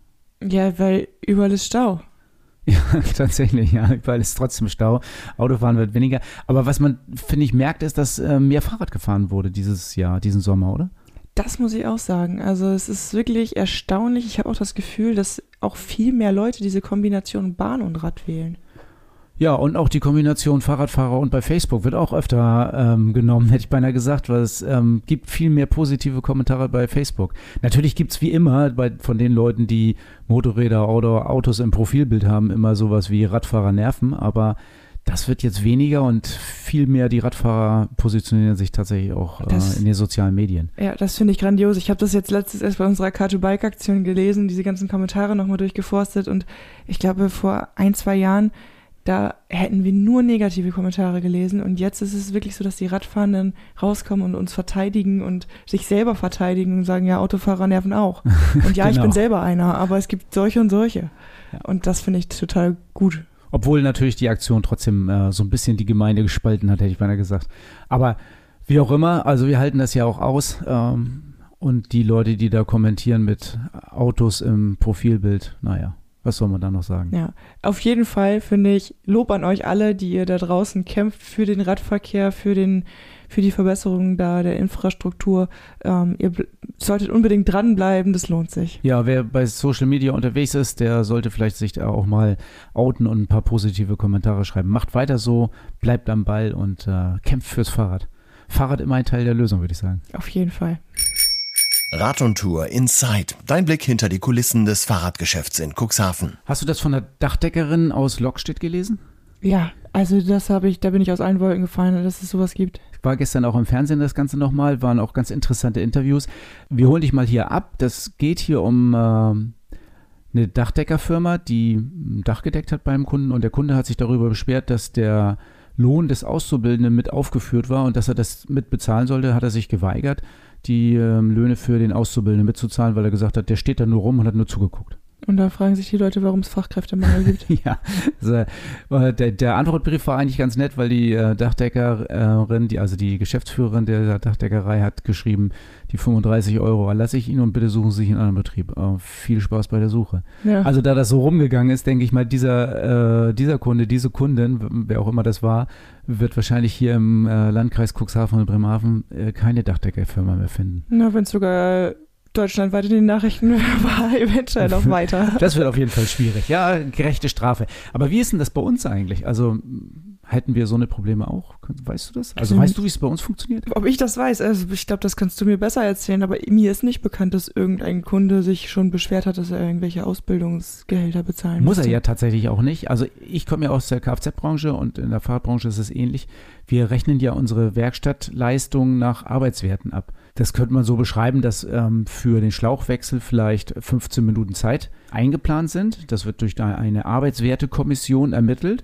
Ja, weil überall ist Stau. Ja, tatsächlich, ja, überall ist trotzdem Stau. Autofahren wird weniger. Aber was man, finde ich, merkt, ist, dass äh, mehr Fahrrad gefahren wurde dieses Jahr, diesen Sommer, oder? Das muss ich auch sagen. Also es ist wirklich erstaunlich. Ich habe auch das Gefühl, dass auch viel mehr Leute diese Kombination Bahn und Rad wählen. Ja, und auch die Kombination Fahrradfahrer und bei Facebook wird auch öfter ähm, genommen, hätte ich beinahe gesagt, weil es ähm, gibt viel mehr positive Kommentare bei Facebook. Natürlich gibt es wie immer bei, von den Leuten, die Motorräder oder Autos im Profilbild haben, immer sowas wie Radfahrer nerven, aber das wird jetzt weniger und viel mehr die Radfahrer positionieren sich tatsächlich auch äh, in den sozialen Medien. Ja, das finde ich grandios. Ich habe das jetzt letztens erst bei unserer Car-to-Bike-Aktion gelesen, diese ganzen Kommentare nochmal durchgeforstet und ich glaube vor ein, zwei Jahren da hätten wir nur negative Kommentare gelesen und jetzt ist es wirklich so, dass die Radfahrenden rauskommen und uns verteidigen und sich selber verteidigen und sagen, ja, Autofahrer nerven auch. Und ja, genau. Ich bin selber einer, aber es gibt solche und solche. Ja. Und das finde ich total gut. Obwohl natürlich die Aktion trotzdem äh, so ein bisschen die Gemeinde gespalten hat, hätte ich beinahe gesagt. Aber wie auch immer, also wir halten das ja auch aus ähm, und die Leute, die da kommentieren mit Autos im Profilbild, naja. Was soll man da noch sagen? Ja, auf jeden Fall finde ich Lob an euch alle, die ihr da draußen kämpft für den Radverkehr, für den, für die Verbesserung da der Infrastruktur. Ähm, ihr bl- solltet unbedingt dranbleiben, das lohnt sich. Ja, wer bei Social Media unterwegs ist, der sollte vielleicht sich da auch mal outen und ein paar positive Kommentare schreiben. Macht weiter so, bleibt am Ball und äh, kämpft fürs Fahrrad. Fahrrad immer ein Teil der Lösung, würde ich sagen. Auf jeden Fall. Rad und Tour Inside. Dein Blick hinter die Kulissen des Fahrradgeschäfts in Cuxhaven. Hast du das von der Dachdeckerin aus Lockstedt gelesen? Ja, also das habe ich, da bin ich aus allen Wolken gefallen, dass es sowas gibt. War gestern auch im Fernsehen das Ganze nochmal, waren auch ganz interessante Interviews. Wir holen dich mal hier ab. Das geht hier um äh, eine Dachdeckerfirma, die ein Dach gedeckt hat beim Kunden und der Kunde hat sich darüber beschwert, dass der Lohn des Auszubildenden mit aufgeführt war und dass er das mit bezahlen sollte, hat er sich geweigert, die ähm, Löhne für den Auszubildenden mitzuzahlen, weil er gesagt hat, der steht da nur rum und hat nur zugeguckt. Und dann fragen sich die Leute, warum es Fachkräftemangel gibt. Ja, also, äh, der, der Antwortbrief war eigentlich ganz nett, weil die äh, Dachdeckerin, die, also die Geschäftsführerin der Dachdeckerei hat geschrieben, die fünfunddreißig Euro erlasse ich Ihnen und bitte suchen Sie sich einen anderen Betrieb. Äh, viel Spaß bei der Suche. Ja. Also da das so rumgegangen ist, denke ich mal, dieser, äh, dieser Kunde, diese Kundin, wer auch immer das war, wird wahrscheinlich hier im äh, Landkreis Cuxhaven und Bremerhaven äh, keine Dachdeckerfirma mehr finden. Na, wenn es sogar deutschlandweit in den Nachrichten war, eventuell noch weiter. Das wird auf jeden Fall schwierig. Ja, gerechte Strafe. Aber wie ist denn das bei uns eigentlich? Also hätten wir so eine Probleme auch? Weißt du das? Also also, weißt du, wie es bei uns funktioniert? Ob ich das weiß? Also ich glaube, das kannst du mir besser erzählen, aber mir ist nicht bekannt, dass irgendein Kunde sich schon beschwert hat, dass er irgendwelche Ausbildungsgehälter bezahlen muss. Muss er ja tatsächlich auch nicht. Also ich komme ja aus der Kfz-Branche und in der Fahrradbranche ist es ähnlich. Wir rechnen ja unsere Werkstattleistungen nach Arbeitswerten ab. Das könnte man so beschreiben, dass ähm, für den Schlauchwechsel vielleicht fünfzehn Minuten Zeit eingeplant sind. Das wird durch eine Arbeitswertekommission ermittelt.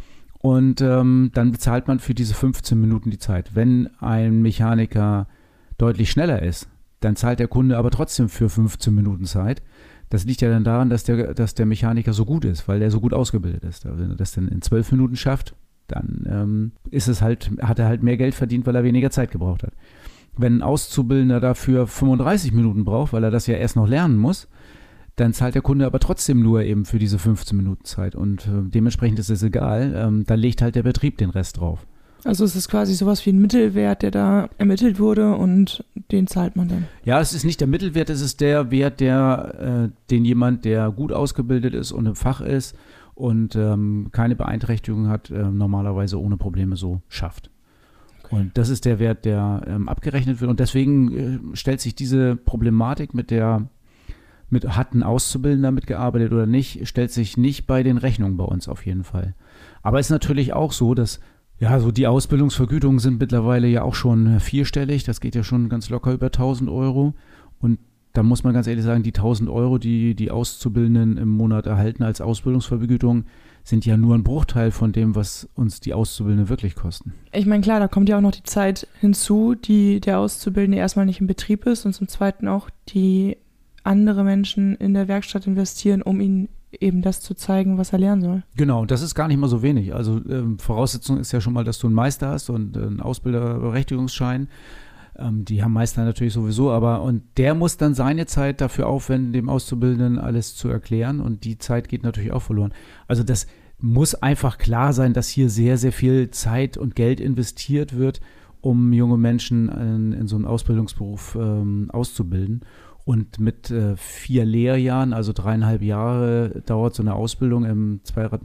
Und ähm, dann bezahlt man für diese fünfzehn Minuten die Zeit. Wenn ein Mechaniker deutlich schneller ist, dann zahlt der Kunde aber trotzdem für fünfzehn Minuten Zeit. Das liegt ja dann daran, dass der, dass der Mechaniker so gut ist, weil der so gut ausgebildet ist. Also wenn er das dann in zwölf Minuten schafft, dann ähm, ist es halt, hat er halt mehr Geld verdient, weil er weniger Zeit gebraucht hat. Wenn ein Auszubildender dafür fünfunddreißig Minuten braucht, weil er das ja erst noch lernen muss, dann zahlt der Kunde aber trotzdem nur eben für diese fünfzehn Minuten Zeit und äh, dementsprechend ist es egal, ähm, da legt halt der Betrieb den Rest drauf. Also es ist quasi sowas wie ein Mittelwert, der da ermittelt wurde und den zahlt man dann. Ja, es ist nicht der Mittelwert, es ist der Wert, der, äh, den jemand, der gut ausgebildet ist und im Fach ist und ähm, keine Beeinträchtigung hat, äh, normalerweise ohne Probleme so schafft. Okay. Und das ist der Wert, der ähm, abgerechnet wird und deswegen äh, stellt sich diese Problematik mit der Mit, hat ein Auszubildender mitgearbeitet oder nicht, stellt sich nicht bei den Rechnungen bei uns auf jeden Fall. Aber es ist natürlich auch so, dass ja, so die Ausbildungsvergütungen sind mittlerweile ja auch schon vierstellig. Das geht ja schon ganz locker über tausend Euro. Und da muss man ganz ehrlich sagen, die tausend Euro, die die Auszubildenden im Monat erhalten als Ausbildungsvergütung, sind ja nur ein Bruchteil von dem, was uns die Auszubildenden wirklich kosten. Ich meine, klar, da kommt ja auch noch die Zeit hinzu, die der Auszubildende erstmal nicht in Betrieb ist und zum Zweiten auch die andere Menschen in der Werkstatt investieren, um ihnen eben das zu zeigen, was er lernen soll. Genau, das ist gar nicht mal so wenig. Also ähm, Voraussetzung ist ja schon mal, dass du einen Meister hast und einen Ausbilderberechtigungsschein. Ähm, die haben Meister natürlich sowieso, aber und der muss dann seine Zeit dafür aufwenden, dem Auszubildenden alles zu erklären und die Zeit geht natürlich auch verloren. Also das muss einfach klar sein, dass hier sehr, sehr viel Zeit und Geld investiert wird, um junge Menschen in, in so einen Ausbildungsberuf ähm, auszubilden. Und mit äh, vier Lehrjahren, also dreieinhalb Jahre, dauert so eine Ausbildung im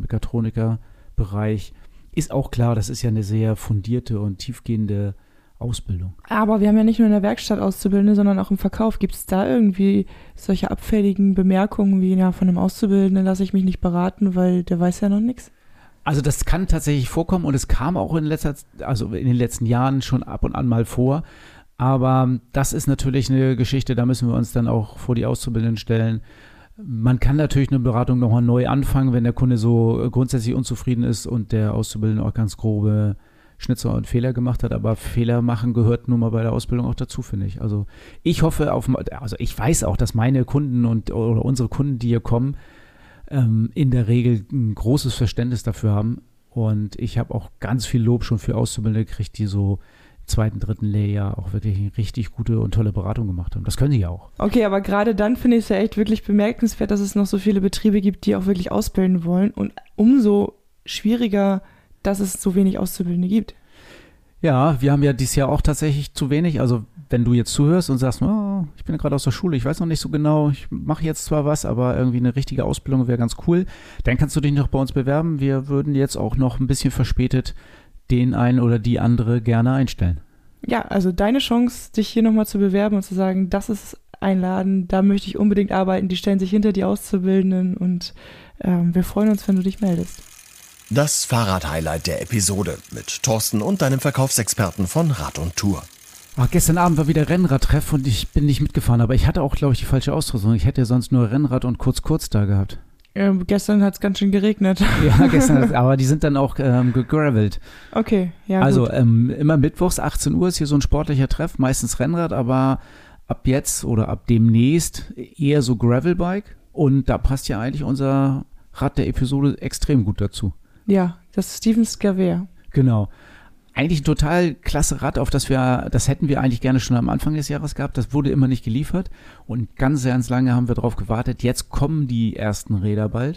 Zweirad-Mechatroniker-Bereich. Ist auch klar, das ist ja eine sehr fundierte und tiefgehende Ausbildung. Aber wir haben ja nicht nur in der Werkstatt Auszubildende, sondern auch im Verkauf. Gibt es da irgendwie solche abfälligen Bemerkungen wie, ja, von einem Auszubildenden lasse ich mich nicht beraten, weil der weiß ja noch nichts? Also das kann tatsächlich vorkommen und es kam auch in letzter, also in den letzten Jahren schon ab und an mal vor. Aber das ist natürlich eine Geschichte, da müssen wir uns dann auch vor die Auszubildenden stellen. Man kann natürlich eine Beratung nochmal neu anfangen, wenn der Kunde so grundsätzlich unzufrieden ist und der Auszubildende auch ganz grobe Schnitzer und Fehler gemacht hat. Aber Fehler machen gehört nun mal bei der Ausbildung auch dazu, finde ich. Also ich hoffe auf, also ich weiß auch, dass meine Kunden und oder unsere Kunden, die hier kommen, ähm, in der Regel ein großes Verständnis dafür haben. Und ich habe auch ganz viel Lob schon für Auszubildende gekriegt, die so zweiten, dritten Lehrjahr auch wirklich eine richtig gute und tolle Beratung gemacht haben. Das können sie ja auch. Okay, aber gerade dann finde ich es ja echt wirklich bemerkenswert, dass es noch so viele Betriebe gibt, die auch wirklich ausbilden wollen und umso schwieriger, dass es so wenig Auszubildende gibt. Ja, wir haben ja dieses Jahr auch tatsächlich zu wenig. Also wenn du jetzt zuhörst und sagst, oh, ich bin gerade aus der Schule, ich weiß noch nicht so genau, ich mache jetzt zwar was, aber irgendwie eine richtige Ausbildung wäre ganz cool, dann kannst du dich noch bei uns bewerben. Wir würden jetzt auch noch ein bisschen verspätet den einen oder die andere gerne einstellen. Ja, also deine Chance, dich hier nochmal zu bewerben und zu sagen, das ist ein Laden, da möchte ich unbedingt arbeiten, die stellen sich hinter die Auszubildenden und ähm, wir freuen uns, wenn du dich meldest. Das Fahrrad-Highlight der Episode mit Thorsten und deinem Verkaufsexperten von Rad und Tour. Ach, gestern Abend war wieder Rennradtreff und ich bin nicht mitgefahren, aber ich hatte auch, glaube ich, die falsche Ausrüstung. Ich hätte sonst nur Rennrad und kurz-kurz da gehabt. Ähm, gestern hat es ganz schön geregnet. Ja, gestern, aber die sind dann auch ähm, gegravelt. Okay, ja Also gut. ähm, immer mittwochs, achtzehn Uhr ist hier so ein sportlicher Treff, meistens Rennrad, aber ab jetzt oder ab demnächst eher so Gravelbike und da passt ja eigentlich unser Rad der Episode extrem gut dazu. Ja, das ist Stevens Gaver. Genau. Eigentlich ein total klasse Rad, auf das wir, das hätten wir eigentlich gerne schon am Anfang des Jahres gehabt. Das wurde immer nicht geliefert und ganz, ganz lange haben wir drauf gewartet. Jetzt kommen die ersten Räder bald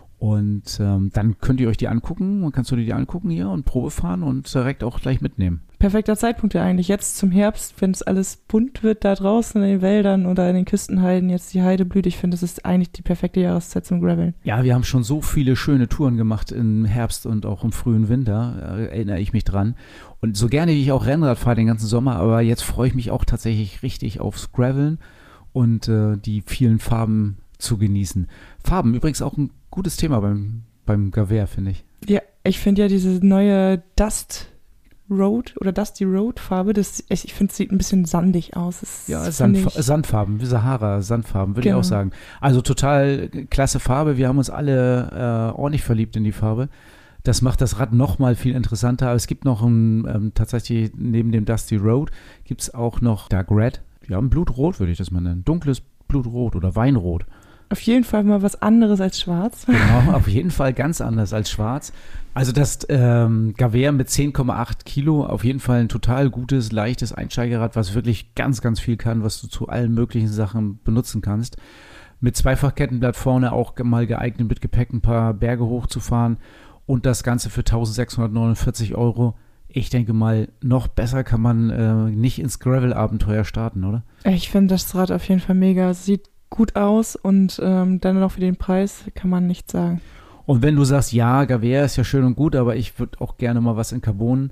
und ähm, dann könnt ihr euch die angucken und kannst du dir die angucken hier und Probe fahren und direkt auch gleich mitnehmen. Perfekter Zeitpunkt ja eigentlich. Jetzt zum Herbst, wenn es alles bunt wird da draußen in den Wäldern oder in den Küstenheiden, jetzt die Heide blüht. Ich finde, das ist eigentlich die perfekte Jahreszeit zum Graveln. Ja, wir haben schon so viele schöne Touren gemacht im Herbst und auch im frühen Winter, erinnere ich mich dran. Und so gerne wie ich auch Rennrad fahre den ganzen Sommer, aber jetzt freue ich mich auch tatsächlich richtig aufs Graveln und äh, die vielen Farben zu genießen. Farben, übrigens auch ein gutes Thema beim, beim Gaver, finde ich. Ja, ich finde ja diese neue Dust Road oder Dusty Road Farbe, das, ich finde, es sieht ein bisschen sandig aus. Das ja, Sandf- ich, Sandfarben, wie Sahara, Sandfarben, würde genau. ich auch sagen. Also total klasse Farbe, wir haben uns alle äh, ordentlich verliebt in die Farbe. Das macht das Rad noch mal viel interessanter. Es gibt noch ein, ähm, tatsächlich neben dem Dusty Road gibt es auch noch Dark Red. Ja, ein Blutrot würde ich das mal nennen. Dunkles Blutrot oder Weinrot. Auf jeden Fall mal was anderes als schwarz. Genau, auf jeden Fall ganz anders als schwarz. Also das ähm, Gaver mit zehn Komma acht Kilo, auf jeden Fall ein total gutes, leichtes Einsteigerrad, was wirklich ganz, ganz viel kann, was du zu allen möglichen Sachen benutzen kannst. Mit Zweifachkettenblatt vorne auch mal geeignet, mit Gepäck ein paar Berge hochzufahren und das Ganze für eintausendsechshundertneunundvierzig Euro. Ich denke mal, noch besser kann man äh, nicht ins Gravel-Abenteuer starten, oder? Ich finde das Rad auf jeden Fall mega. Sieht gut aus und ähm, dann noch für den Preis kann man nichts sagen. Und wenn du sagst, ja, Gaver ist ja schön und gut, aber ich würde auch gerne mal was in Carbon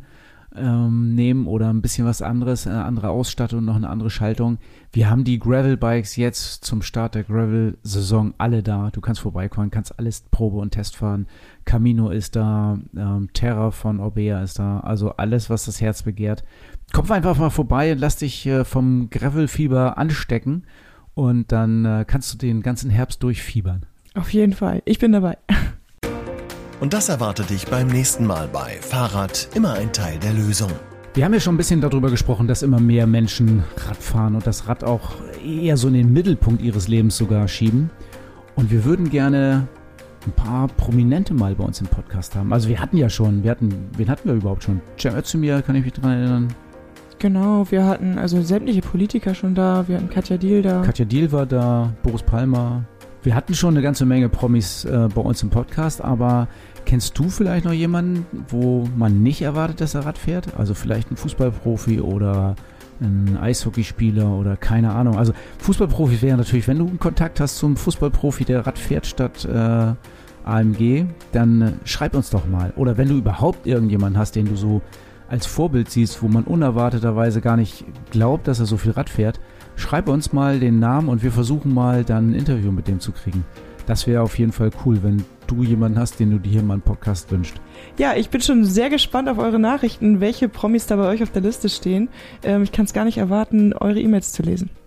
ähm, nehmen oder ein bisschen was anderes, eine andere Ausstattung, noch eine andere Schaltung. Wir haben die Gravel-Bikes jetzt zum Start der Gravel-Saison alle da. Du kannst vorbeikommen, kannst alles Probe und Test fahren. Camino ist da, ähm, Terra von Orbea ist da, also alles, was das Herz begehrt. Komm einfach mal vorbei und lass dich äh, vom Gravel-Fieber anstecken. Und dann äh, kannst du den ganzen Herbst durchfiebern. Auf jeden Fall. Ich bin dabei. Und das erwartet dich beim nächsten Mal bei Fahrrad, immer ein Teil der Lösung. Wir haben ja schon ein bisschen darüber gesprochen, dass immer mehr Menschen Rad fahren und das Rad auch eher so in den Mittelpunkt ihres Lebens sogar schieben. Und wir würden gerne ein paar Prominente mal bei uns im Podcast haben. Also wir hatten ja schon, wir hatten, wen hatten wir überhaupt schon? Cem Özdemir, kann ich mich dran erinnern. Genau, wir hatten also sämtliche Politiker schon da, wir hatten Katja Diehl da. Katja Diehl war da, Boris Palmer. Wir hatten schon eine ganze Menge Promis äh, bei uns im Podcast, aber kennst du vielleicht noch jemanden, wo man nicht erwartet, dass er Rad fährt? Also vielleicht ein Fußballprofi oder ein Eishockeyspieler oder keine Ahnung. Also Fußballprofi wäre natürlich, wenn du einen Kontakt hast zum Fußballprofi, der Rad fährt statt äh, A M G, dann äh, schreib uns doch mal. Oder wenn du überhaupt irgendjemanden hast, den du so als Vorbild siehst, wo man unerwarteterweise gar nicht glaubt, dass er so viel Rad fährt, schreib uns mal den Namen und wir versuchen mal dann ein Interview mit dem zu kriegen. Das wäre auf jeden Fall cool, wenn du jemanden hast, den du dir hier mal einen Podcast wünschst. Ja, ich bin schon sehr gespannt auf eure Nachrichten, welche Promis da bei euch auf der Liste stehen. Ähm, ich kann es gar nicht erwarten, eure E-Mails zu lesen.